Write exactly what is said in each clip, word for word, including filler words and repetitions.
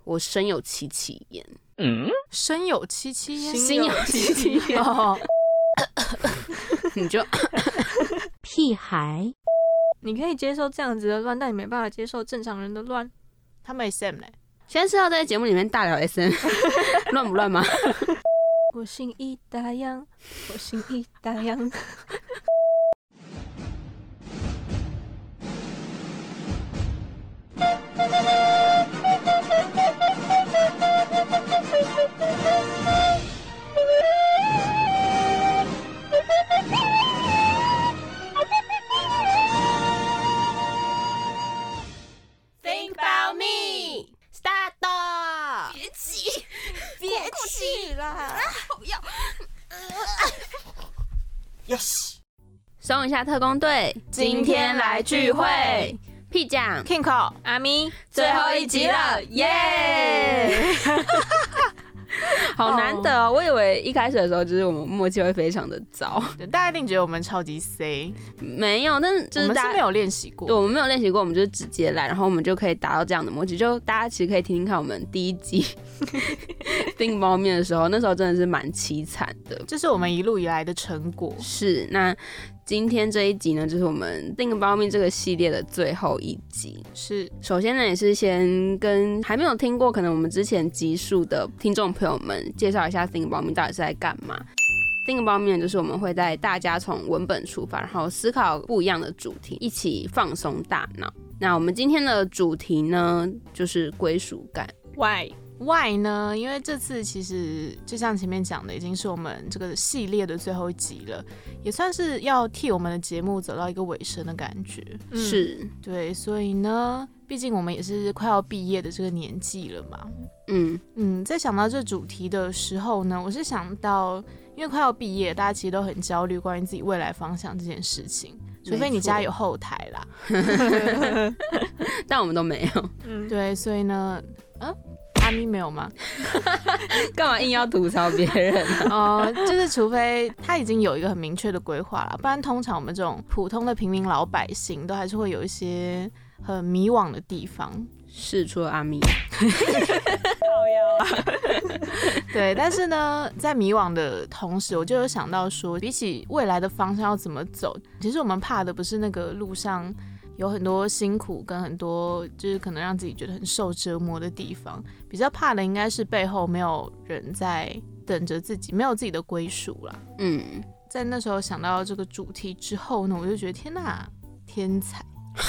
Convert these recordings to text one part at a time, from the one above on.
我身有戚戚焉。 嗯，身有戚戚焉， 心有戚戚焉。哦，你就屁孩， 你可以接受这样子的乱，但你没办法接受正常人的乱。 他们 S M 嘞？ 现在是要在节目里面大聊 S M 乱不乱吗？ 我心已打烊，我心已打烊。 Think about me, start！ 别急， 别气啦！ 不要。 Yes， 松一下特工队，今天来聚会。屁酱 Kinko 阿咪， 最后一集了，耶！好难得哦！我以为一开始的时候就是我们默契会非常的糟， 大家一定觉得我们超级 C， 没有，但是就是大家我们是没有练习过， 对，我们没有练习过，我们就是直接来，然后我们就可以达到这样的默契。就大家其实可以听听看我们第一集订包面的时候，那时候真的是蛮凄惨的， 这是我们一路以来的成果。 是那。今天这一集呢，就是我们订包面这个系列的最后一集。 是， 首先呢，也是先跟还没有听过可能我们之前集数的听众朋友们介绍一下订包面到底是在干嘛。订包面就是我们会带大家从文本出发，然后思考不一样的主题，一起放松大脑。那我们今天的主题呢，就是归属感。 Why？ Why 呢？因为这次其实就像前面讲的，已经是我们这个系列的最后一集了，也算是要替我们的节目走到一个尾声的感觉。 嗯、是， 对，所以呢，毕竟我们也是快要毕业的这个年纪了嘛。 嗯嗯，在想到这主题的时候呢，我是想到，因为快要毕业，大家其实都很焦虑关于自己未来方向这件事情，除非你家有后台啦。 但我们都没有。 嗯，对，所以呢，嗯、啊。阿咪没有吗？ 干嘛硬要吐槽别人啊？ 哦，就是除非他已经有一个很明确的规划了，不然通常我们这种普通的平民老百姓都还是会有一些很迷惘的地方。 是，除了阿咪。 对，但是呢，在迷惘的同时，我就有想到说，比起未来的方向要怎么走，其实我们怕的不是那个路上有很多辛苦跟很多就是可能让自己觉得很受折磨的地方，比较怕的应该是背后没有人在等着自己，没有自己的归属啦。嗯，在那时候想到这个主题之后呢，我就觉得天哪，天才！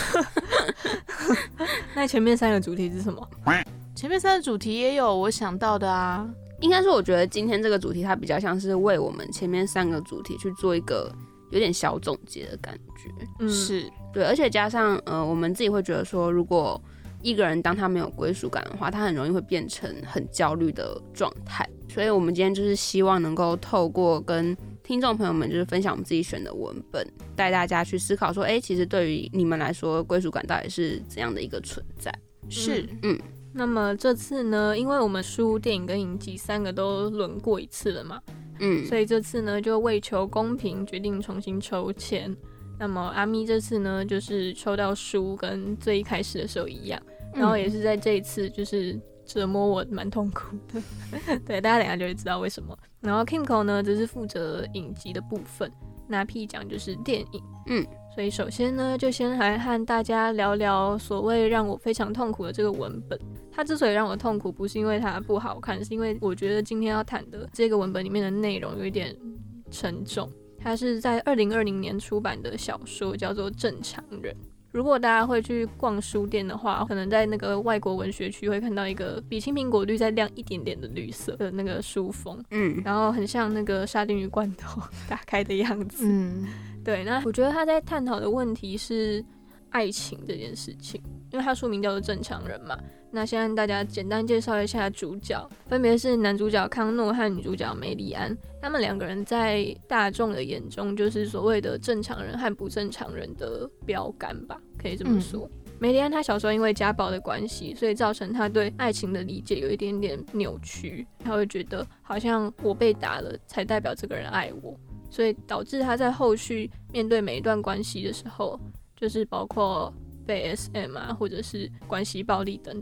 那前面三个主题是什么？ 前面三个主题也有我想到的啊。 应该是我觉得今天这个主题它比较像是为我们前面三个主题去做一个有点小总结的感觉。 嗯，是。 对，而且加上呃，我们自己会觉得说，如果一个人当他没有归属感的话，他很容易会变成很焦虑的状态。所以我们今天就是希望能够透过跟听众朋友们就是分享我们自己选的文本，带大家去思考说，哎，其实对于你们来说，归属感到底是怎样的一个存在？ 是， 嗯。嗯，那么这次呢，因为我们书、电影跟影集三个都轮过一次了嘛，嗯，所以这次呢就为求公平，决定重新抽签。那么阿咪这次呢，就是抽到书，跟最一开始的时候一样，然后也是在这一次就是折磨我蛮痛苦的，对，大家等一下就会知道为什么。然后 Kimco 呢，则是负责影集的部分，那屁讲就是电影，嗯，所以首先呢，就先来和大家聊聊所谓让我非常痛苦的这个文本。它之所以让我痛苦，不是因为它不好看，是因为我觉得今天要谈的这个文本里面的内容有一点沉重。它是在二零二零年出版的小说，叫做《正常人》。如果大家会去逛书店的话，可能在那个外国文学区会看到一个比青苹果绿再亮一点点的绿色的那个书封，嗯，然后很像那个沙丁鱼罐头打开的样子，嗯，对。那我觉得他在探讨的问题是爱情这件事情，因为他书名叫做《正常人》嘛。那先让大家简单介绍一下主角，分别是男主角康诺和女主角梅丽安。他们两个人在大众的眼中就是所谓的正常人和不正常人的标杆吧，可以这么说。嗯，梅丽安她小时候因为家暴的关系，所以造成她对爱情的理解有一点点扭曲，她会觉得好像我被打了才代表这个人爱我，所以导致她在后续面对每一段关系的时候，就是包括被 S M 啊，或者是关系暴力等等，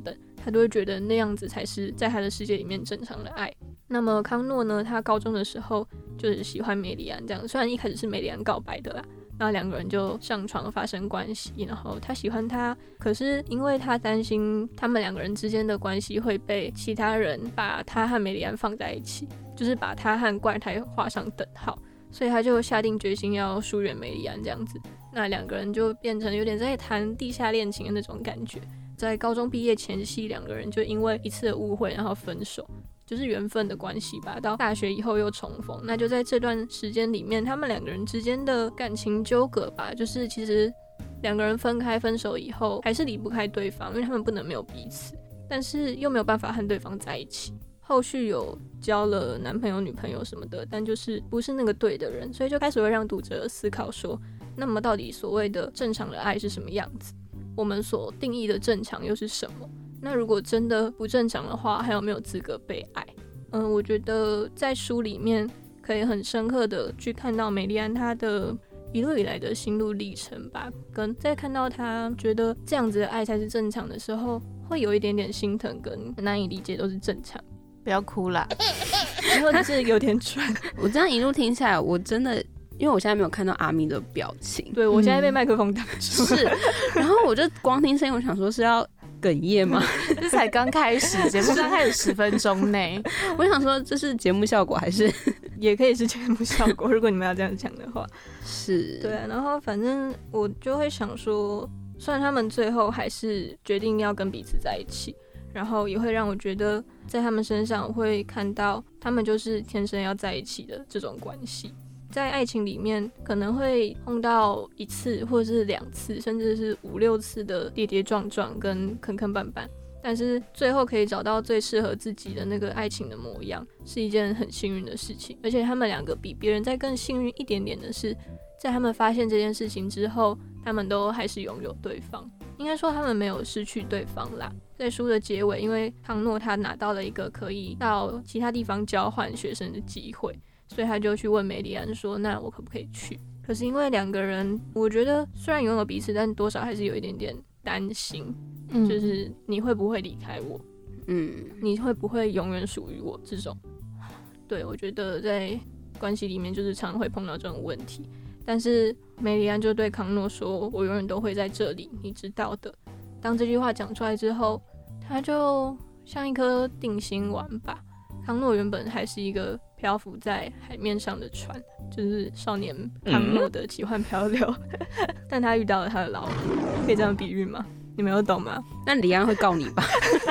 他都会觉得那样子才是在他的世界里面正常的爱。那么康诺呢，他高中的时候就是喜欢梅里安这样，虽然一开始是梅里安告白的啦，然后两个人就上床发生关系，然后他喜欢他，可是因为他担心他们两个人之间的关系会被其他人把他和梅里安放在一起，就是把他和怪胎画上等号，所以他就下定决心要疏远梅里安这样子。那两个人就变成有点在谈地下恋情的那种感觉。在高中毕业前夕，两个人就因为一次的误会然后分手，就是缘分的关系吧。到大学以后又重逢，那就在这段时间里面，他们两个人之间的感情纠葛吧，就是其实两个人分开分手以后还是离不开对方，因为他们不能没有彼此，但是又没有办法和对方在一起。后续有交了男朋友女朋友什么的，但就是不是那个对的人，所以就开始会让读者思考说，那么到底所谓的正常的爱是什么样子，我们所定义的正常又是什么？那如果真的不正常的话，还有没有资格被爱？嗯，我觉得在书里面可以很深刻的去看到梅丽安她的一路以来的心路历程吧，跟在看到她觉得这样子的爱才是正常的时候，会有一点点心疼跟难以理解都是正常。 不要哭啦， 然后就是有点喘。 我这样一路听下来，我真的因为我现在没有看到阿咪的表情， 对我现在被麦克风挡住、 嗯、是，然后我就光听声音，我想说是要哽咽吗？ 这才刚开始，节目刚开始十分钟内， 我想说这是节目效果还是也可以是节目效果？如果你们要这样讲的话， 是对啊。然后反正我就会想说，虽然他们最后还是决定要跟彼此在一起，然后也会让我觉得在他们身上我会看到他们就是天生要在一起的这种关系。在爱情里面可能会碰到一次或者是两次甚至是五六次的跌跌撞撞跟坑坑绊绊，但是最后可以找到最适合自己的那个爱情的模样，是一件很幸运的事情。而且他们两个比别人再更幸运一点点的是，在他们发现这件事情之后，他们都还是拥有对方，应该说他们没有失去对方啦。在书的结尾，因为康诺他拿到了一个可以到其他地方交换学生的机会，所以他就去问梅里安说，那我可不可以去？可是因为两个人我觉得虽然拥有彼此，但多少还是有一点点担心、嗯、就是你会不会离开我，嗯，你会不会永远属于我这种。对，我觉得在关系里面就是常常会碰到这种问题，但是梅里安就对康诺说，我永远都会在这里，你知道的。当这句话讲出来之后，他就像一颗定心丸吧。康诺原本还是一个漂浮在海面上的船，就是少年康诺的奇幻漂流、嗯、但他遇到了他的老婆，可以这样比喻吗？你们有懂吗？ 那李安会告你吧？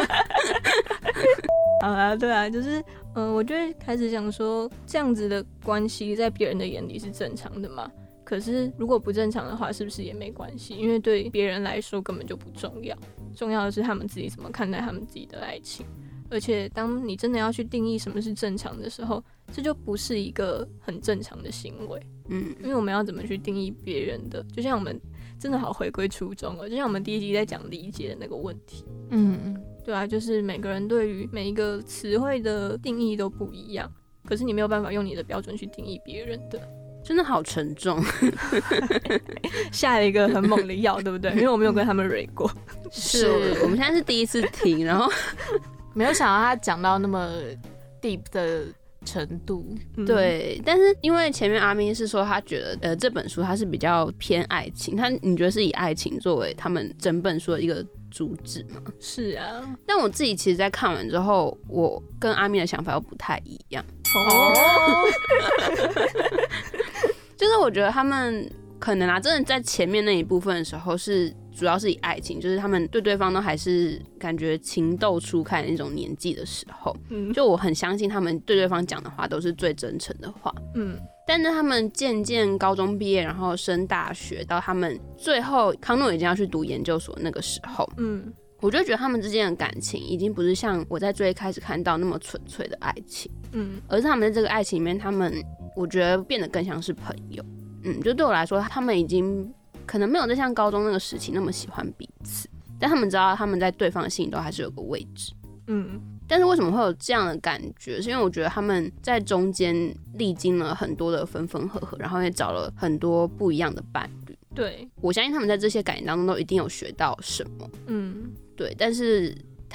好啊，对啊，就是嗯、呃，我就会开始想说，这样子的关系在别人的眼里是正常的嘛？可是如果不正常的话，是不是也没关系？因为对别人来说根本就不重要，重要的是他们自己怎么看待他们自己的爱情。而且当你真的要去定义什么是正常的时候，这就不是一个很正常的行为。嗯，因为我们要怎么去定义别人的，就像我们真的好回归初衷了，就像我们第一集在讲理解的那个问题。嗯嗯，对啊，就是每个人对于每一个词汇的定义都不一样，可是你没有办法用你的标准去定义别人的。 真的好沉重。 下了一个很猛的药，对不对？因为我没有跟他们蕊过。 是，我们现在是第一次听，然后没有想到他讲到那么 deep 的程度。 对，但是因为前面阿咪是说他觉得呃这本书他是比较偏爱情，他你觉得是以爱情作为他们整本书的一个主旨吗？ 是啊， 但我自己其实在看完之后，我跟阿咪的想法又不太一样。 哦， 就是我觉得他们可能啊，真的在前面那一部分的时候是主要是以爱情，就是他们对对方都还是感觉情窦初开的那种年纪的时候，嗯，就我很相信他们对对方讲的话都是最真诚的话，嗯。但是他们渐渐高中毕业，然后升大学，到他们最后康诺已经要去读研究所那个时候，嗯，我就觉得他们之间的感情已经不是像我在最开始看到那么纯粹的爱情，嗯，而是他们在这个爱情里面，他们我觉得变得更像是朋友，嗯，就对我来说，他们已经可能没有在像高中那个时期那么喜欢彼此，但他们知道他们在对方的心里都还是有个位置，嗯。但是为什么会有这样的感觉？是因为我觉得他们在中间历经了很多的分分合合，然后也找了很多不一样的伴侣。 对， 我相信他们在这些感情当中都一定有学到什么。嗯，对。但是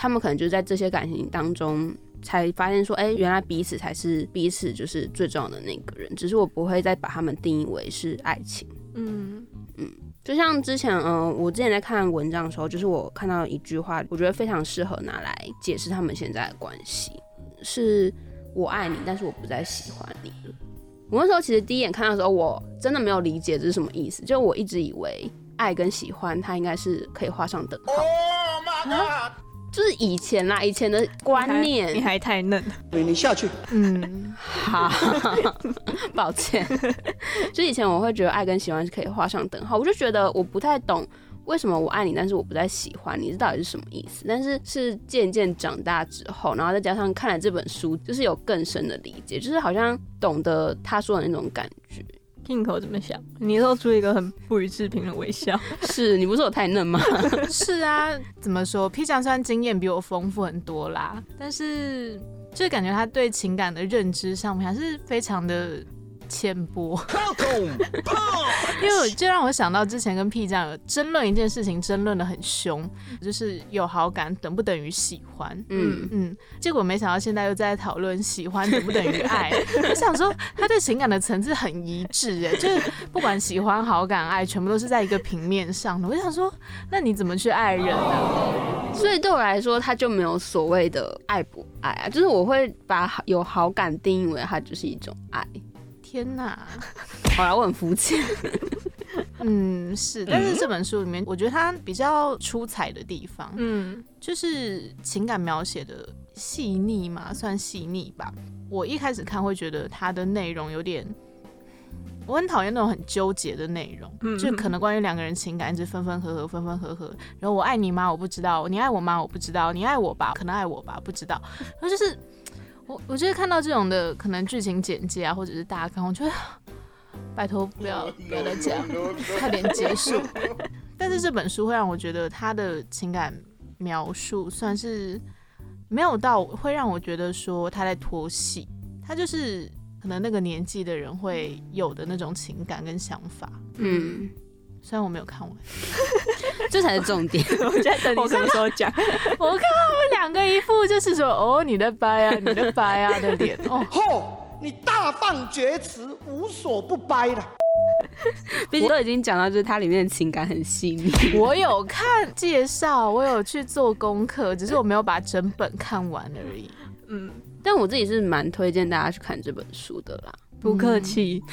他们可能就在这些感情当中才发现说，哎、欸，原来彼此才是彼此就是最重要的那个人，只是我不会再把他们定义为是爱情。嗯嗯，就像之前，嗯、呃，我之前在看文章的时候，就是我看到一句话，我觉得非常适合拿来解释他们现在的关系，是我爱你，但是我不再喜欢你了。我那时候其实第一眼看到的时候，我真的没有理解这是什么意思，就我一直以为爱跟喜欢它应该是可以画上等号。Oh my God！就是以前啦，以前的观念， 你还太嫩， 你下去。 嗯，好，抱歉。就以前我会觉得爱跟喜欢是可以画上等号，我就觉得我不太懂为什么我爱你，但是我不再喜欢你，这到底是什么意思？但是是渐渐长大之后，然后再加上看了这本书，就是有更深的理解，就是好像懂得他说的那种感觉。 Kinko 怎么想？你露出一个很不予置评的微笑。 是你不是我太嫩吗？ 是啊，怎么说 ？P 酱虽然经验比我丰富很多啦，但是就感觉他对情感的认知上面还是非常的浅薄。因为就让我想到之前跟 P 酱有争论一件事情，争论得很凶，就是有好感等不等于喜欢。嗯嗯，结果没想到现在又在讨论喜欢等不等于爱。我想说他对情感的层次很一致，哎，就是不管喜欢、好感、爱，全部都是在一个平面上的。我想说，那你怎么去爱人呢？ 所以对我来说，他就没有所谓的爱不爱啊，就是我会把有好感定义为它就是一种爱。 天哪！ 好啦，我很肤浅。 嗯，是，但是这本书里面，我觉得它比较出彩的地方，嗯，就是情感描写的细腻嘛，算细腻吧。我一开始看会觉得它的内容有点，我很讨厌那种很纠结的内容，嗯、就可能关于两个人情感一直分分合合，分分合合。然后我爱你吗？我不知道。你爱我吗？我不知道。你爱我吧？可能爱我吧？不知道。然后就是。我我觉得看到这种的可能剧情简介啊，或者是大纲，我觉得拜托不要不要再这样，快点结束。但是这本书会让我觉得他的情感描述算是没有到会让我觉得说他在拖戏，他就是可能那个年纪的人会有的那种情感跟想法。嗯，虽然我没有看完。 这才是重点。 我在等你什么时候讲。 我看他们两个一副就是说哦你在掰啊你在掰啊的脸哦， 吼你大放厥词，无所不掰了。 毕竟都已经讲到，就是它里面的情感很细腻。 我有看介绍，我有去做功课，只是我没有把整本看完而已。 嗯，但我自己是蛮推荐大家去看这本书的啦。 不客气。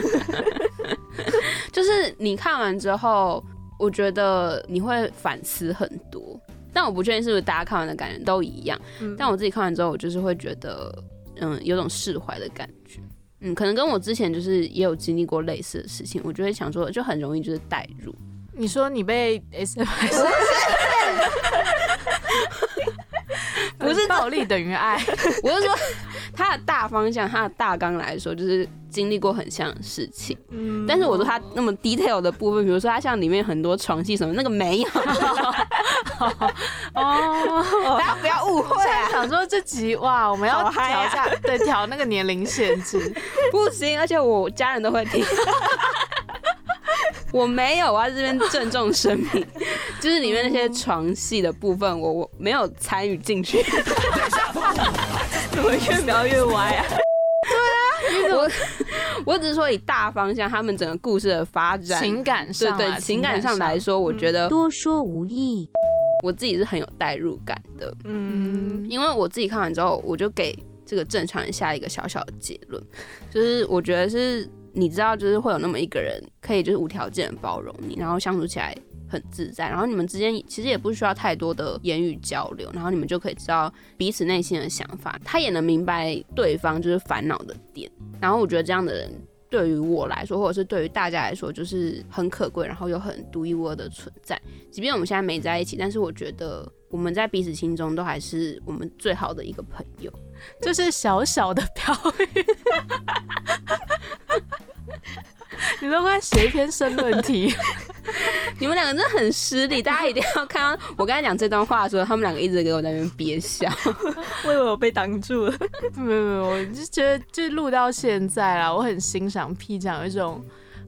就是你看完之后，我觉得你会反思很多，但我不确定是不是大家看完的感觉都一样。嗯、但我自己看完之后，我就是会觉得，嗯，有种释怀的感觉。嗯，可能跟我之前就是也有经历过类似的事情，我就会想说，就很容易就是带入。 你说你被 S M S 不是暴力等于爱， 我是说它的大方向、它的大纲来说，就是经历过很像的事情。嗯，但是我说它那么 detail 的部分，比如说它像里面很多床戏什么，那个没有。哦，大家不要误会啊！ 想说这集哇，我们要调一下，对，调那个年龄限制， 不行，而且我家人都会听。我没有，我要这边郑重声明，就是里面那些床戏的部分，我我没有参与进去。 怎么越描越歪啊？ 对啊，我我只是说以大方向，他们整个故事的发展， 情感上、啊， 对对，情感上来说，我觉得多说无益。 我自己是很有代入感的，嗯，因为我自己看完之后，我就给这个正常人下一个小小的结论，就是我觉得是。你知道，就是会有那么一个人，可以就是无条件的包容你，然后相处起来很自在，然后你们之间其实也不需要太多的言语交流，然后你们就可以知道彼此内心的想法，他也能明白对方就是烦恼的点，然后我觉得这样的人对于我来说，或者是对于大家来说，就是很可贵，然后又很独一无二的存在。即便我们现在没在一起，但是我觉得我们在彼此心中都还是我们最好的一个朋友。 就是小小的标语。你都快写一篇申论题。 你们两个真的很失礼，大家一定要看到我刚才讲这段话的时候，他们两个一直给我在那边憋笑。 我以为我被挡住了。 没有没有，我就觉得就录到现在啦，我很欣赏 P 酱有一种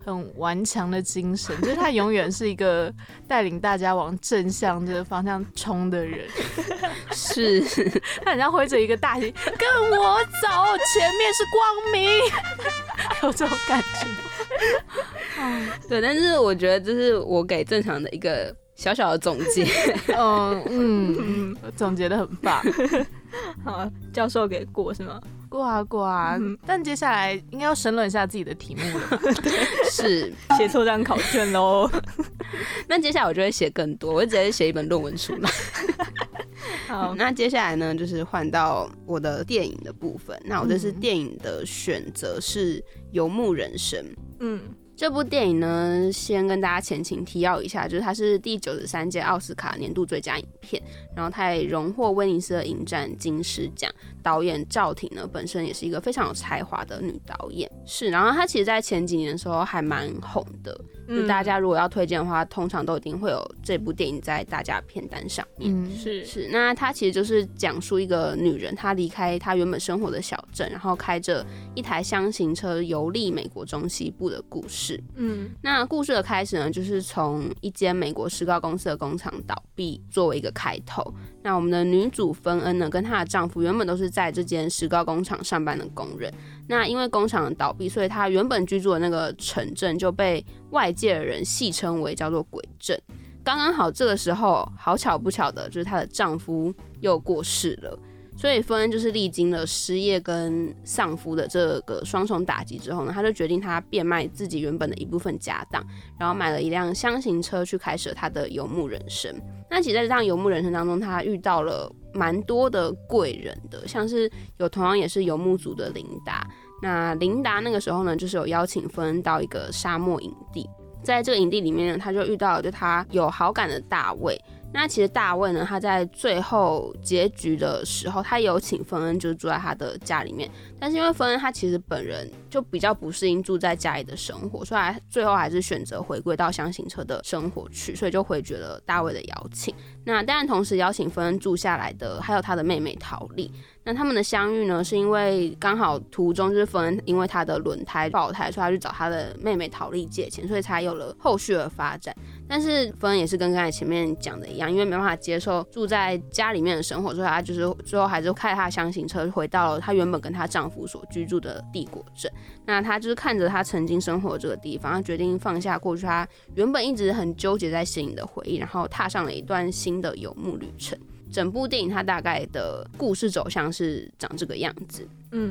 很顽强的精神，就是他永远是一个带领大家往正向这个方向冲的人。 是， 他很像挥着一个大旗，跟我走，前面是光明，有这种感觉。 对，但是我觉得这是我给正常的一个小小的总结。 嗯嗯，总结的很棒。 好，教授给过是吗？ 过啊过啊，嗯、但接下来应该要申论一下自己的题目了。 对，是写错张考卷喽。 那接下来我就会写更多，我会直接写一本论文出来。好，那接下来呢，就是换到我的电影的部分。那我这次电影的选择是《游牧人生》。嗯。这部电影呢，先跟大家前情提要一下，就是它是第九十三届奥斯卡年度最佳影片，然后它也荣获威尼斯的影展金狮奖。导演赵婷呢，本身也是一个非常有才华的女导演，是。然后她其实，在前几年的时候还蛮红的，嗯、就大家如果要推荐的话，通常都一定会有这部电影在大家片单上面。 嗯，是是。那它其实就是讲述一个女人，她离开她原本生活的小镇，然后开着一台箱型车游历美国中西部的故事。嗯，那故事的开始呢，就是从一间美国石膏公司的工厂倒闭作为一个开头。那我们的女主芬恩呢，跟她的丈夫原本都是在这间石膏工厂上班的工人。那因为工厂的倒闭，所以她原本居住的那个城镇就被外界的人戏称为叫做鬼镇。刚刚好这个时候，好巧不巧的，就是她的丈夫又过世了。所以芬恩就是历经了失业跟丧夫的这个双重打击之后呢，他就决定他变卖自己原本的一部分家当，然后买了一辆箱型车去开始他的游牧人生。那其实在这趟游牧人生当中，他遇到了蛮多的贵人的，像是有同样也是游牧族的琳达。那琳达那个时候呢，就是有邀请芬恩到一个沙漠营地，在这个营地里面呢，他就遇到了对他有好感的大卫。那其实大卫呢，他在最后结局的时候，他有请芬恩就是住在他的家里面，但是因为芬恩他其实本人就比较不适应住在家里的生活，所以他最后还是选择回归到箱型车的生活去，所以就回绝了大卫的邀请。那当然同时邀请芬恩住下来的还有他的妹妹陶丽。那他们的相遇呢，是因为刚好途中就是芬恩因为他的轮胎爆胎，所以他去找他的妹妹陶丽借钱，所以才有了后续的发展。但是芬恩也是跟刚才前面讲的一样，因为没办法接受住在家里面的生活，所以他就是最后还是开着他的箱型车回到了他原本跟她丈夫所居住的帝国镇。那他就是看着他曾经生活的这个地方，他决定放下过去他原本一直很纠结在心里的回忆，然后踏上了一段新的游牧旅程。整部电影它大概的故事走向是长这个样子。嗯，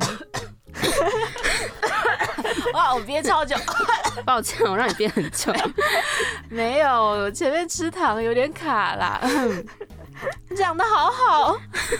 哇，我憋超久， 抱歉，我让你憋很久。 没有，前面吃糖有点卡啦。讲得好好。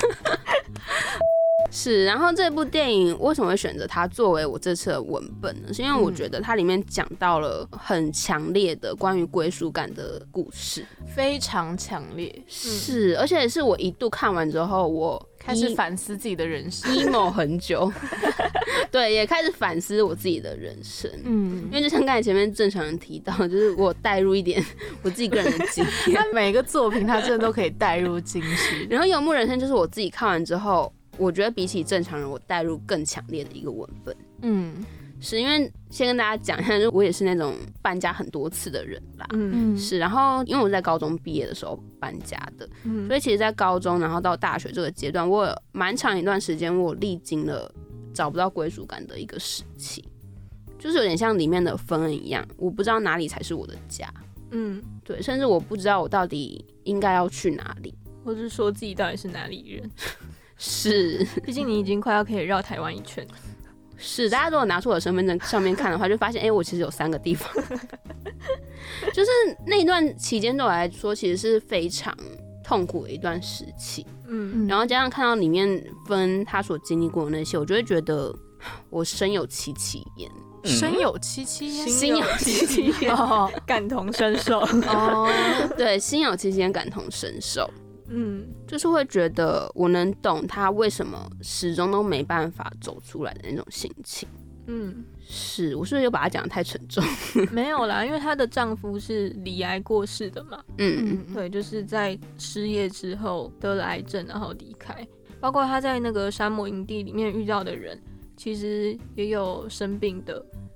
是，然后这部电影为什么会选择它作为我这次的文本呢？是因为我觉得它里面讲到了很强烈的关于归属感的故事， 非常强烈。 是，而且是我一度看完之后，我开始反思自己的人生 ，emo 很久。对，也开始反思我自己的人生。嗯，因为就像刚才前面正常人提到，就是我带入一点我自己个人的经验。 他每个作品他真的都可以带入进去。 然后《游牧人生》就是我自己看完之后，我觉得比起正常人，我带入更强烈的一个文本。嗯，是因为先跟大家讲一下，就我也是那种搬家很多次的人啦。嗯，是。然后因为我在高中毕业的时候搬家的，嗯、所以其实，在高中然后到大学这个阶段，我有蛮长一段时间，我历经了找不到归属感的一个时期，就是有点像里面的芬恩一样，我不知道哪里才是我的家。嗯，对，甚至我不知道我到底应该要去哪里， 或是说自己到底是哪里人。 是， 毕竟你已经快要可以绕台湾一圈。 是，大家如果拿出我的身份证上面看的话，就发现，哎、欸，我其实有三个地方。就是那一段期间对我来说，其实是非常痛苦的一段时期。嗯，然后加上看到里面分他所经历过的那些，我就会觉得我深有戚戚焉。 深有戚戚焉， 心有戚戚焉， 哦，感同身受。 哦，对，心有戚戚焉，感同身受。嗯，就是会觉得我能懂他为什么始终都没办法走出来的那种心情。嗯，是我是不是又把它讲得太沉重？ 没有啦，因为她的丈夫是罹癌过世的嘛。嗯，对，就是在失业之后得了癌症，然后离开。包括她在那个沙漠营地里面遇到的人，其实也有生病的，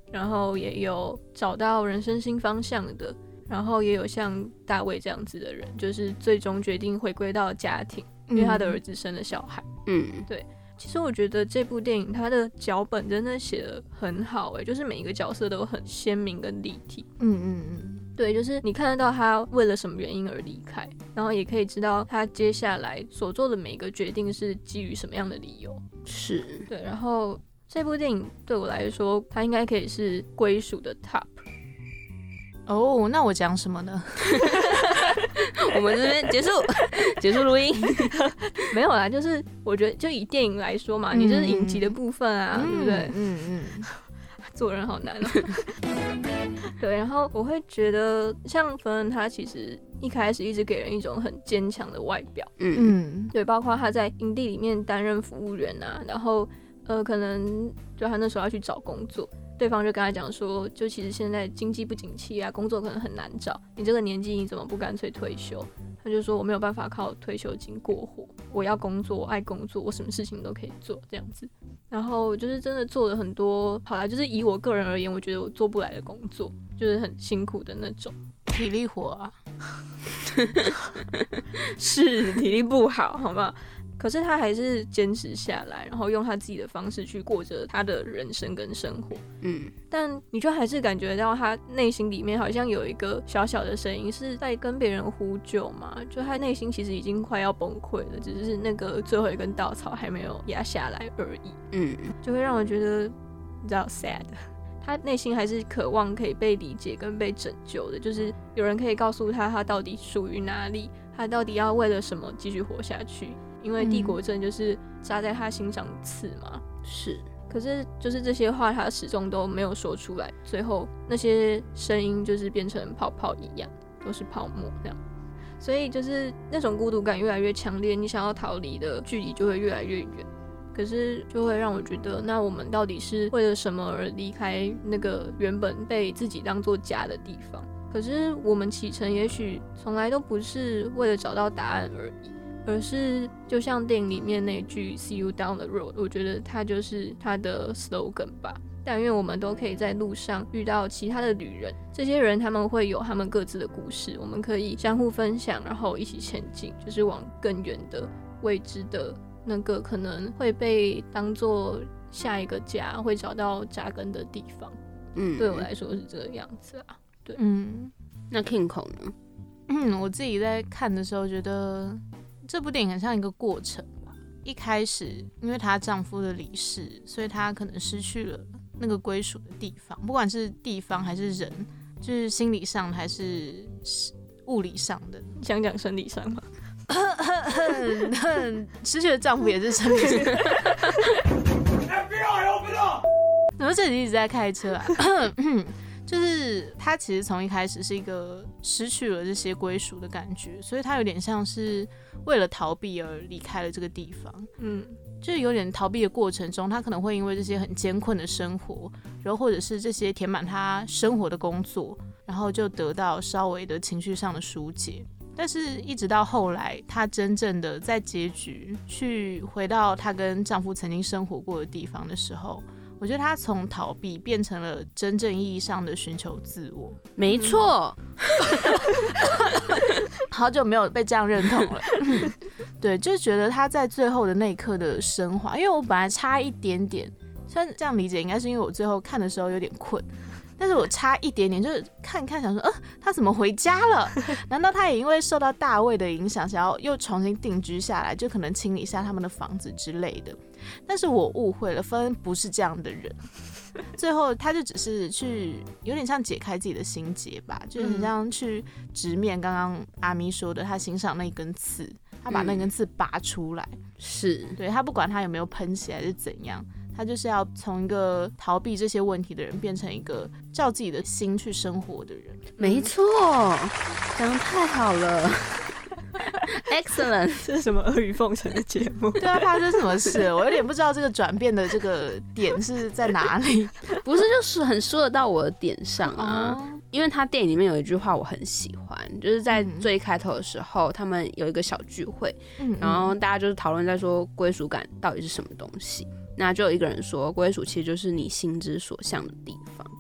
然后也有找到人生新方向的，然后也有像大卫这样子的人，就是最终决定回归到家庭，因为他的儿子生了小孩。嗯，对。其实我觉得这部电影它的脚本真的写得很好，哎，就是每一个角色都很鲜明跟立体。嗯嗯嗯，对，就是你看得到他为了什么原因而离开，然后也可以知道他接下来所做的每一个决定是基于什么样的理由。 是， 对。然后这部电影对我来说，它应该可以是归属的 top。 哦，那我讲什么呢？ 我们这边结束，结束录音。 没有啦，就是我觉得就以电影来说嘛，嗯、你就是影集的部分啊，嗯、对不对？嗯嗯，做人好难哦。对，然后我会觉得像芬恩，他其实一开始一直给人一种很坚强的外表，嗯嗯，对，包括他在营地里面担任服务员啊，然后呃，可能就他那时候要去找工作。对方就跟他讲说，就其实现在经济不景气啊，工作可能很难找。你这个年纪，你怎么不干脆退休？他就说我没有办法靠退休金过活，我要工作，我爱工作，我什么事情都可以做这样子。然后就是真的做了很多，好啦，就是以我个人而言，我觉得我做不来的工作，就是很辛苦的那种体力活啊， 是体力不好，好吗？可是他还是坚持下来，然后用他自己的方式去过着他的人生跟生活。嗯，但你就还是感觉到他内心里面好像有一个小小的声音是在跟别人呼救嘛，就他内心其实已经快要崩溃了，只是那个最后一根稻草还没有压下来而已。嗯，就会让我觉得你知道 sad。他内心还是渴望可以被理解跟被拯救的，就是有人可以告诉他他到底属于哪里，他到底要为了什么继续活下去。因为帝国症就是扎在他心上的刺嘛， 是。 可是就是这些话他始终都没有说出来，最后那些声音就是变成泡泡一样，都是泡沫这样。所以就是那种孤独感越来越强烈，你想要逃离的距离就会越来越远。可是就会让我觉得，那我们到底是为了什么而离开那个原本被自己当作家的地方？可是我们启程也许从来都不是为了找到答案而已。而是就像电影里面那句 See you down the road， 我觉得它就是它的 slogan 吧。但愿我们都可以在路上遇到其他的旅人，这些人他们会有他们各自的故事，我们可以相互分享，然后一起前进，就是往更远的未知的那个可能会被当作下一个家，会找到扎根的地方。嗯，对我来说是这个样子啊。对， 嗯，那 Kinko 呢？ 嗯，我自己在看的时候觉得。这部电影很像一个过程吧。一开始，因为她丈夫的离世，所以她可能失去了那个归属的地方，不管是地方还是人，就是心理上还是物理上的。 你想讲生理上吗？ 失去了丈夫也是生理上。怎么这里一直在开车啊？就是他其实从一开始是一个失去了这些归属的感觉，所以他有点像是为了逃避而离开了这个地方。嗯，就是有点逃避的过程中，他可能会因为这些很艰困的生活，然后或者是这些填满他生活的工作，然后就得到稍微的情绪上的疏解。但是一直到后来，她真正的在结局去回到她跟丈夫曾经生活过的地方的时候，我觉得她从逃避变成了真正意义上的寻求自我。 没错， 好久没有被这样认同了。对，就觉得她在最后的那一刻的升华，因为我本来差一点点，虽然这样理解应该是因为我最后看的时候有点困。但是我差一点点，就是看看想说，呃，他怎么回家了？难道他也因为受到大卫的影响，想要又重新定居下来，就可能清理一下他们的房子之类的？但是我误会了，芬恩不是这样的人。最后他就只是去有点像解开自己的心结吧，就是很像去直面刚刚阿咪说的他心上那一根刺，他把那根刺拔出来。嗯、 是对他不管他有没有喷起来是怎样。他就是要从一个逃避这些问题的人，变成一个照自己的心去生活的人。 没错，讲得太好了，excellent。 这是什么阿谀奉承的节目？ 对啊，发生什么事？我有点不知道这个转变的这个点是在哪里。 不是，就是很说得到我的点上啊。哦、因为他电影里面有一句话我很喜欢，就是在最开头的时候，嗯、他们有一个小聚会，嗯嗯然后大家就是讨论在说归属感到底是什么东西。那就有一个人说，归属其实就是你心之所向的地方。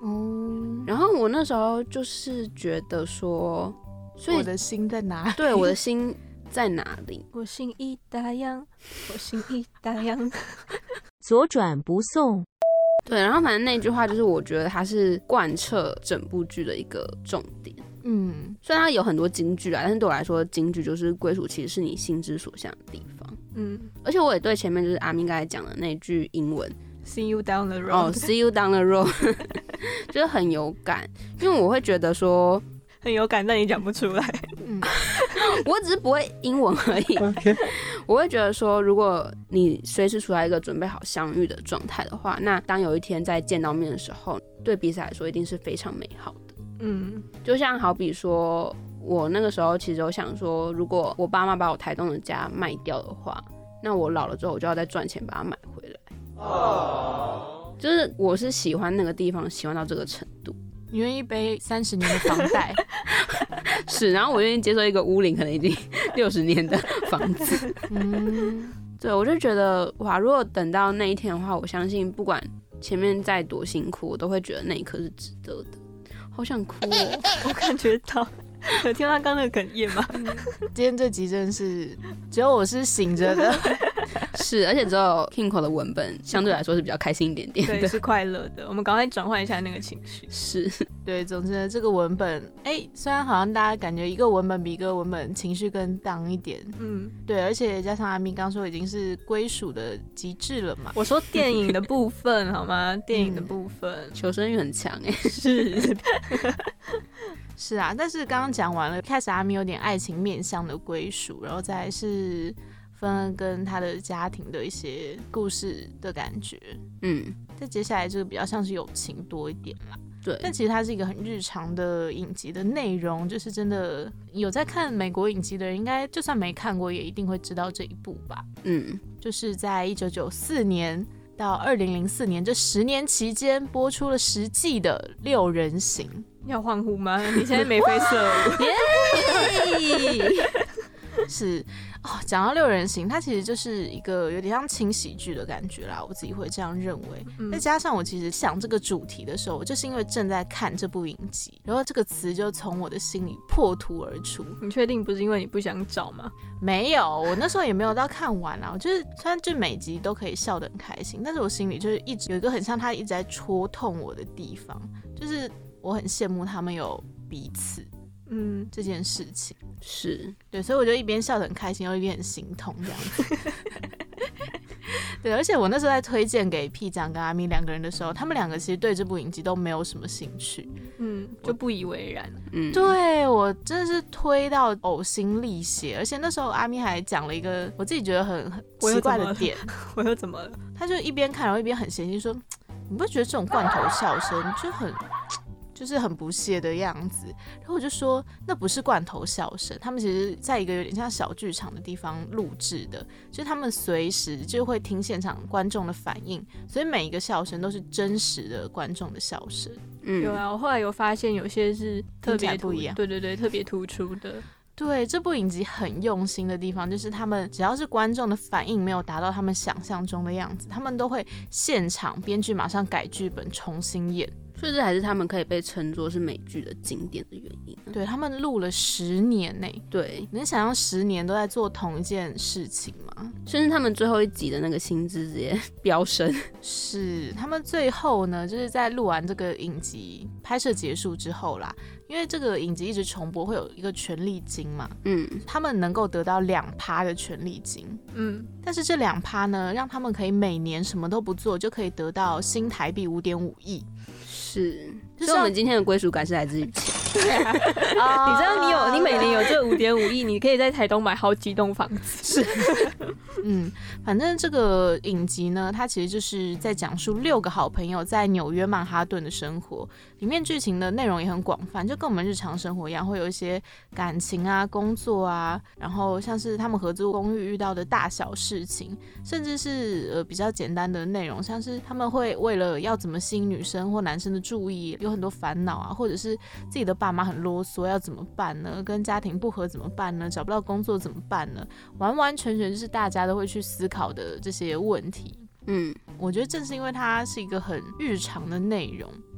哦， 然后我那时候就是觉得说，所以我的心在哪里？ 对，我的心在哪里？ 我心已打烊，我心已打烊。 左转不送。 对，然后反正那句话就是我觉得它是贯彻整部剧的一个重点。 嗯， 虽然它有很多金句啦，但是对我来说，金句就是归属其实是你心之所向的地方。 嗯， 而且我也对前面就是阿明刚才讲的那句英文 See you down the road。 哦、oh, ，See you down the road， 就是很有感，因为我会觉得说很有感，但你讲不出来。 嗯， 我只是不会英文而已。 Okay. 我会觉得说，如果你随时处在一个准备好相遇的状态的话，那当有一天再见到面的时候，对彼此来说一定是非常美好的。 嗯， 就像好比说，我那个时候其实有想说，如果我爸妈把我台东的家卖掉的话，那我老了之后我就要再赚钱把它买回来。哦，就是我是喜欢那个地方，喜欢到这个程度。 你愿意背三十年的房贷？ 是，然后我愿意接受一个屋龄可能已经六十年的房子。 嗯， 对，我就觉得哇，如果等到那一天的话，我相信不管前面再多辛苦，我都会觉得那一刻是值得的。好想哭哦！ 我感觉到，有听到他刚刚的哽咽吗？ 今天这集真的是只有我是醒着的。 是，而且只有 Kinko 的文本相对来说是比较开心一点点的， 对，是快乐的。我们赶快转换一下那个情绪。 是， 对，总之呢，这个文本，哎、欸，虽然好像大家感觉一个文本比一个文本情绪更荡一点， 嗯， 对，而且加上阿咪刚说已经是归属的极致了嘛。 我说电影的部分好吗？电影的部分， 求生欲很强哎、 欸，是。 是啊，但是刚刚讲完了，开始阿咪有点爱情面向的归属，然后再来是芬恩跟他的家庭的一些故事的感觉， 嗯， 再接下来这个比较像是友情多一点啦。 对， 但其实它是一个很日常的影集的内容，就是真的有在看美国影集的人，应该就算没看过，也一定会知道这一部吧。 嗯， 就是在一九九四年到二零零四年这十年期间播出了十季的《六人行》。 要欢呼吗？你现在眉飞色舞。 耶！ 是哦，讲到六人行，它其实就是一个有点像轻喜剧的感觉啦，我自己会这样认为。嗯、再加上我其实想这个主题的时候，我就是因为正在看这部影集，然后这个词就从我的心里破土而出。 你确定不是因为你不想找吗？ 没有，我那时候也没有到看完啦。我就是虽然就每集都可以笑得很开心，但是我心里就是一直有一个很像他一直在戳痛我的地方，就是我很羡慕他们有彼此。嗯，这件事情是对，所以我就一边笑得很开心，又一边很心痛这样子。对，而且我那时候在推荐给P酱跟阿咪两个人的时候，他们两个其实对这部影集都没有什么兴趣， 嗯，就不以为然。 嗯，对我真的是推到呕心沥血，而且那时候阿咪还讲了一个我自己觉得很很奇怪的点， 我又怎么了？ 他就一边看然后一边很嫌弃说，你不觉得这种罐头笑声就很就是很不屑的样子，然后我就说那不是罐头笑声，他们其实在一个有点像小剧场的地方录制的，就是他们随时就会听现场观众的反应，所以每一个笑声都是真实的观众的笑声。 嗯，有啊，我后来有发现有些是特别不一样， 对对对，特别突出的。 对，这部影集很用心的地方，就是他们只要是观众的反应没有达到他们想象中的样子，他们都会现场编剧马上改剧本重新演。 所以这还是他们可以被称作是美剧的经典的原因、啊。 对，他们录了十年呢、欸， 对， 你能想象十年都在做同一件事情吗？ 甚至他们最后一集的那个薪资直接飙升。 是，他们最后呢，就是在录完这个影集拍摄结束之后啦，因为这个影集一直重播，会有一个权利金嘛，嗯，他们能够得到两趴的权利金，嗯，但是这两趴呢，让他们可以每年什么都不做，就可以得到新台币五点五亿。 是，所以我们今天的归属感是来自于钱。 对啊，啊你知道你有你每年有这五点五亿，你可以在台东买好几栋房子。是， 嗯，反正这个影集呢，它其实就是在讲述六个好朋友在纽约曼哈顿的生活，里面剧情的内容也很广泛，就跟我们日常生活一样，会有一些感情啊、工作啊，然后像是他们合租公寓遇到的大小事情，甚至是呃比较简单的内容，像是他们会为了要怎么吸引女生或男生的注意，有很多烦恼啊，或者是自己的爸妈很啰嗦，要怎么办呢？跟家庭不合怎么办呢？找不到工作怎么办呢？完完全全就是大家都会去思考的这些问题。嗯，我觉得正是因为它是一个很日常的内容，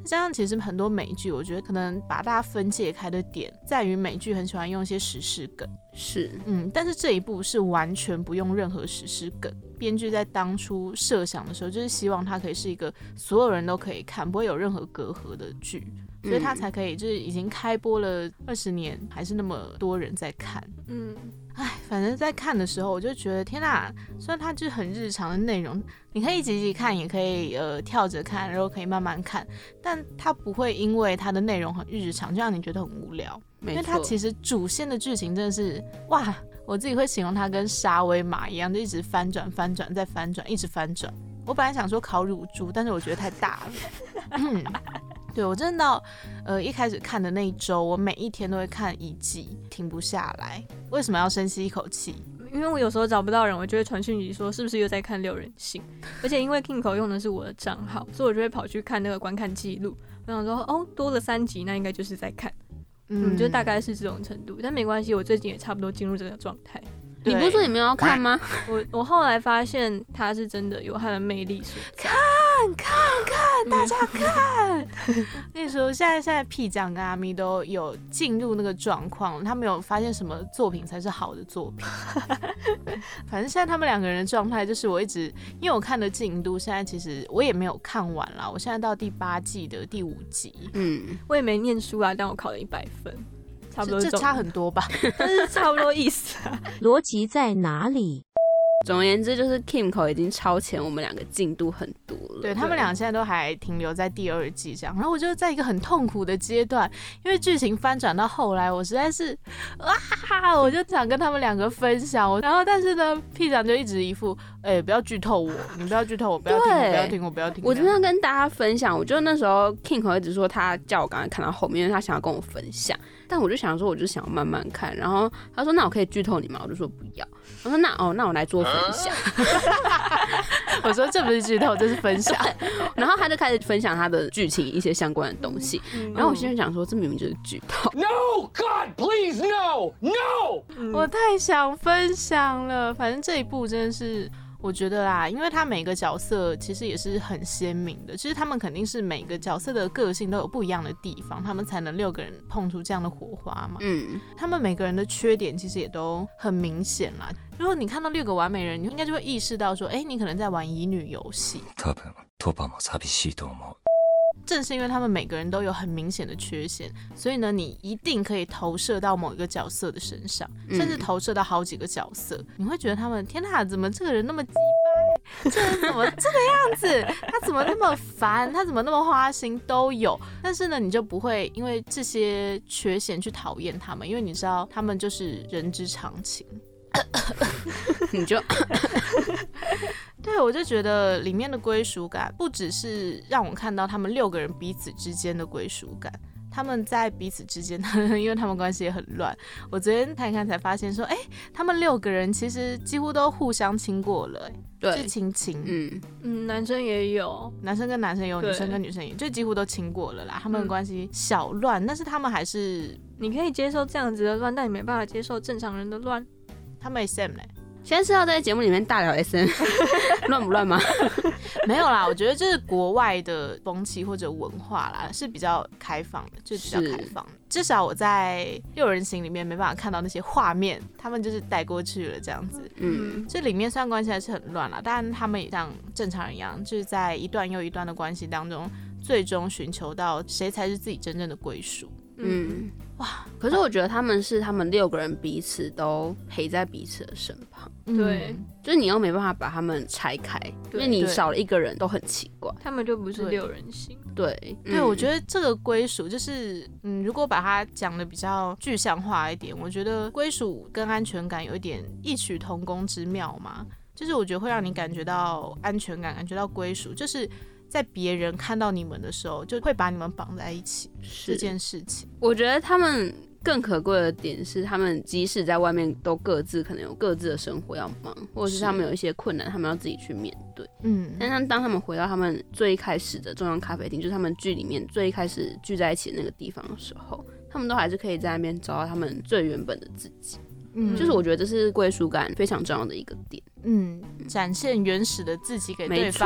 加上其实很多美剧，我觉得可能把大家分界开的点在于美剧很喜欢用一些时事梗， 是， 嗯，但是这一部是完全不用任何时事梗。编剧在当初设想的时候，就是希望它可以是一个所有人都可以看，不会有任何隔阂的剧，所以它才可以就是已经开播了二十年，还是那么多人在看。嗯，哎，反正在看的时候，我就觉得天哪！虽然它就是很日常的内容，你可以一集一集看，也可以呃跳着看，然后可以慢慢看，但它不会因为它的内容很日常，就让你觉得很无聊。因为它其实主线的剧情真的是哇，我自己会形容它跟沙威玛一样，就一直翻转、翻转再翻转，一直翻转。我本来想说烤乳猪，但是我觉得太大了。嗯，对，我真的到呃一开始看的那一周，我每一天都会看一季，停不下来。为什么要深吸一口气？ 因为我有时候找不到人，我就会传讯息说是不是又在看六人行，而且因为 Kingo 用的是我的账号，所以我就会跑去看那个观看记录。我想说哦，多了三集，那应该就是在看。嗯，就大概是这种程度，但没关系，我最近也差不多进入这个状态。 你不是说你们要看吗？ 我我后来发现它是真的有它的魅力所在。 看看看，大家看！跟你说，现在现在屁酱跟阿咪都有进入那个状况，他们有发现什么作品才是好的作品。反正现在他们两个人的状态就是，我一直因为我看的进度，现在其实我也没有看完啦，我现在到第八季的第五集。 嗯，我也没念书啊，但我考了一百分。差不多这差很多吧， 但是差不多意思啊。 逻辑在哪里？ 总而言之，就是 Kimco 已经超前我们两个进度很多了。 对，他们俩现在都还停留在第二季这样，然后我就在一个很痛苦的阶段，因为剧情翻转到后来，我实在是啊，我就想跟他们两个分享。然后但是呢，屁长就一直一副哎、欸，不要剧透我，你不要剧透我，不要听，我不要听，我不要听。 我真的跟大家分享，我就那时候 Kimco 一直说他叫我赶快看到后面，因为他想要跟我分享。但我就想说，我就想要慢慢看。然后他说：“那我可以剧透你吗？”我就说不要。我说：“那哦，那我来做分享。” 我说：“这不是剧透，这是分享。” 然后他就开始分享他的剧情一些相关的东西。嗯、然后我心里想说，这明明就是剧透。 No God, please no, no！、 嗯、我太想分享了。反正这一部真的是。我觉得啦，因为他每个角色其实也是很鲜明的，其实他们肯定是每个角色的个性都有不一样的地方，他们才能六个人碰出这样的火花嘛。嗯，他们每个人的缺点其实也都很明显啦。如果你看到六个完美人，你应该就会意识到说，哎，你可能在玩乙女游戏。多分鳥羽も寂しいと思う。正是因为他们每个人都有很明显的缺陷，所以呢，你一定可以投射到某一个角色的身上，甚至投射到好几个角色。你会觉得他们，天哪，怎么这个人那么鸡掰？这人怎么这个样子？他怎么那么烦？他怎么那么花心？都有。但是呢，你就不会因为这些缺陷去讨厌他们，因为你知道他们就是人之常情。 你就对，我就觉得里面的归属感不只是让我看到他们六个人彼此之间的归属感，他们在彼此之间因为他们关系也很乱，我昨天看一看才发现说，哎、欸，他们六个人其实几乎都互相亲过了、欸，对，是亲亲， 嗯嗯，男生也有， 男生跟男生有，女生跟女生也有，就几乎都亲过了啦。他们的关系小乱、嗯，但是他们还是， 你可以接受这样子的乱，但你没办法接受正常人的乱。 他们 S M 嘞。 现在是要在节目里面大聊 S M 乱不乱吗？ 没有啦，我觉得这是国外的风气或者文化啦，是比较开放的，就是比较开放的。至少我在六人行里面没办法看到那些画面，他们就是带过去了这样子。嗯，这里面虽然关系还是很乱啦，但他们也像正常人一样，就是在一段又一段的关系当中，最终寻求到谁才是自己真正的归属。嗯， 哇！可是我觉得他们是他们六个人彼此都陪在彼此的身旁， 对、嗯， 就是你又没办法把他们拆开，因为你少了一个人都很奇怪， 他们就不是六人行。 对， 对，对、嗯，我觉得这个归属就是，嗯，如果把它讲的比较具象化一点，我觉得归属跟安全感有一点异曲同工之妙嘛，就是我觉得会让你感觉到安全感，感觉到归属，就是。在别人看到你们的时候，就会把你们绑在一起这件事情。 我觉得他们更可贵的点是，他们即使在外面都各自可能有各自的生活要忙，或者是他们有一些困难，他们要自己去面对。嗯，但是当他们回到他们最一开始的中央咖啡厅，就是他们剧里面最一开始聚在一起的那个地方的时候，他们都还是可以在那边找到他们最原本的自己。嗯，就是我觉得这是归属感非常重要的一个点。 嗯，展现原始的自己给对方。 没错。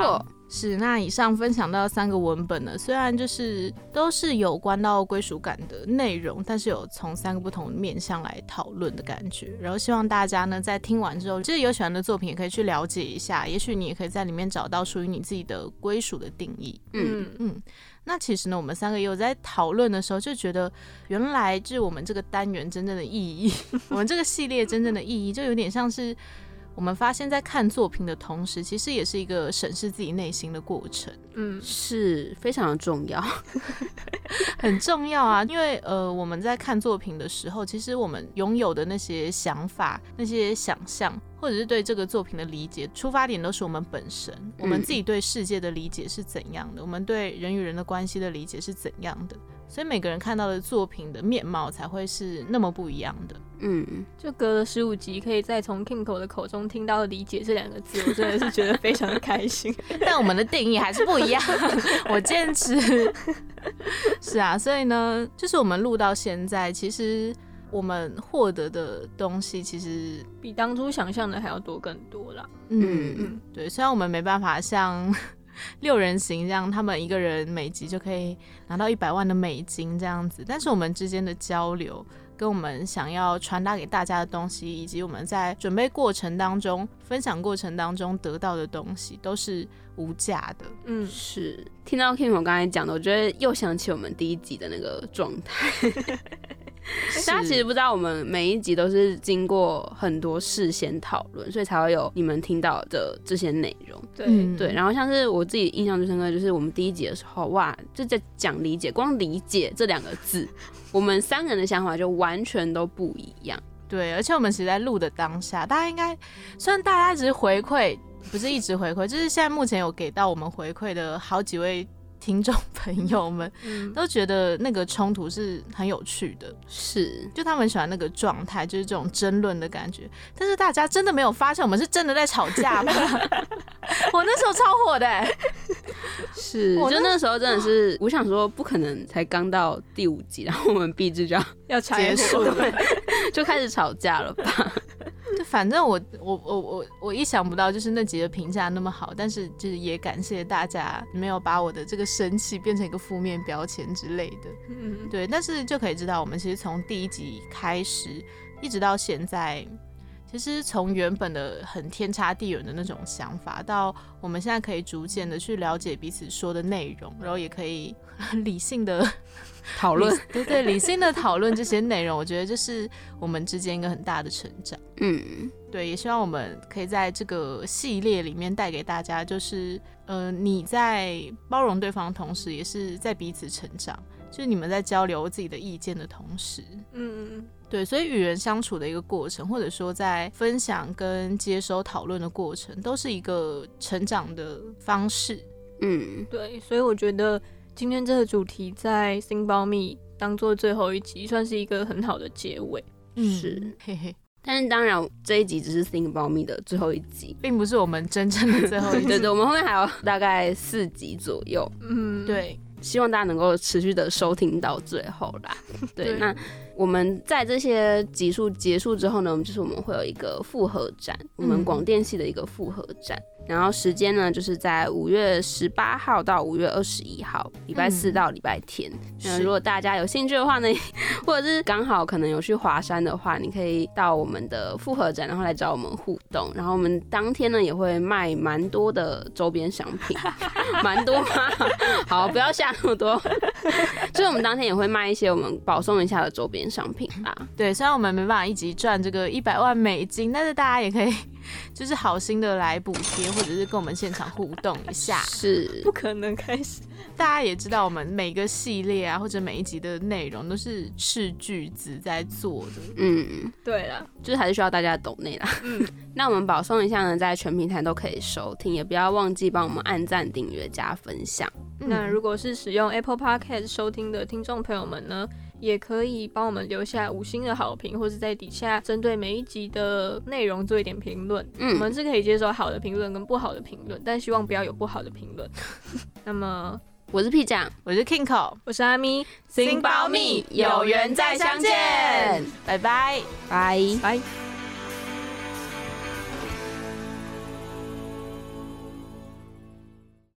是，那以上分享到三个文本呢，虽然就是都是有关到归属感的内容，但是有从三个不同的面向来讨论的感觉。然后希望大家呢在听完之后，就是有喜欢的作品也可以去了解一下，也许你也可以在里面找到属于你自己的归属的定义。嗯嗯。那其实呢，我们三个也有在讨论的时候就觉得，原来就是我们这个单元真正的意义，我们这个系列真正的意义，就有点像是我们发现在看作品的同时，其实也是一个审视自己内心的过程。 嗯，是非常的重要， 很重要啊！因为呃，我们在看作品的时候，其实我们拥有的那些想法、那些想象，或者是对这个作品的理解，出发点都是我们本身，我们自己对世界的理解是怎样的，我们对人与人的关系的理解是怎样的。所以每个人看到的作品的面貌才会是那么不一样的。 嗯，就隔了十五集，可以再从 Kimco 的口中听到理解这两个字，我真的是觉得非常的开心。 但我们的定义还是不一样，我坚持。是啊，所以呢，就是我们录到现在，其实我们获得的东西其实比当初想象的还要多更多啦。 嗯嗯，对，虽然我们没办法像六人行这样，他们一个人每集就可以拿到一百万的美金这样子，但是我们之间的交流，跟我们想要传达给大家的东西，以及我们在准备过程当中、分享过程当中得到的东西，都是无价的。 嗯，是。听到 Kim 我刚才讲的，我觉得又想起我们第一集的那个状态。大家其实不知道，我们每一集都是经过很多事先讨论，所以才会有你们听到的这些内容。 对、 嗯、 对，然后像是我自己印象最深刻，就是我们第一集的时候，哇，就在讲理解，光理解这两个字，我们三个人的想法就完全都不一样。 对，而且我们其实在录的当下，大家应该虽然大家只是回馈，不是一直回馈，就是现在目前有给到我们回馈的好几位听众朋友们、嗯、都觉得那个冲突是很有趣的， 是， 就他们喜欢那个状态，就是这种争论的感觉。但是大家真的没有发现我们是真的在吵架吗？我那时候超火的、欸， 是，就那时候真的是，我想说不可能，才刚到第五集，然后我们毕制就要要结束了， 就开始吵架了吧？ 就反正我我我我我意想不到，就是那集的评价那么好，但是就是也感谢大家没有把我的这个生气变成一个负面标签之类的。嗯，对，但是就可以知道，我们其实从第一集开始一直到现在，其实从原本的很天差地远的那种想法，到我们现在可以逐渐的去了解彼此说的内容，然后也可以理性的讨论， 对对，理性的讨论这些内容，我觉得这是我们之间一个很大的成长。嗯，对，也希望我们可以在这个系列里面带给大家，就是呃，你在包容对方的同时，也是在彼此成长，就是你们在交流自己的意见的同时，嗯嗯，对，所以与人相处的一个过程，或者说在分享跟接收讨论的过程，都是一个成长的方式。嗯， 对，所以我觉得今天这个主题在《新保密》当做最后一集，算是一个很好的结尾。 嗯， 是， 嘿嘿。 但是当然，这一集只是《Think About Me》的最后一集， 并不是我们真正的最后一集。 对对，我们后面还有大概四集左右。 嗯，对， 希望大家能够持续的收听到最后啦。对，对，那我们在这些集数结束之后呢，我们就是我们会有一个复合展，我们广电系的一个复合展。嗯，然后时间呢，就是在五月十八号到五月二十一号，礼拜四到礼拜天。那、嗯、如果大家有兴趣的话呢，或者是刚好可能有去华山的话，你可以到我们的复合展，然后来找我们互动。然后我们当天呢也会卖蛮多的周边商品，蛮多吗？好，不要下那么多。所以我们当天也会卖一些我们保送一下的周边商品啦。 对，虽然我们没办法一集赚这个一百万美金，但是大家也可以就是好心的来补贴，或者是跟我们现场互动一下。 是， 不可能开始。 大家也知道，我们每个系列啊，或者每一集的内容都是斥巨资在做的。 嗯， 对啦， 就是还是需要大家的抖内啦。嗯，那我们保送一下呢，在全平台都可以收听，也不要忘记帮我们按赞、订阅、加分享。 嗯、那如果是使用 Apple Podcast 收听的听众朋友们呢，也可以帮我们留下五星的好评，或是在底下针对每一集的内容做一点评论。嗯，我们是可以接受好的评论跟不好的评论，但希望不要有不好的评论。那么， 我是 P 酱， 我是 Kinko， 我是阿咪， 新保密，有缘再相见，拜拜， 拜拜。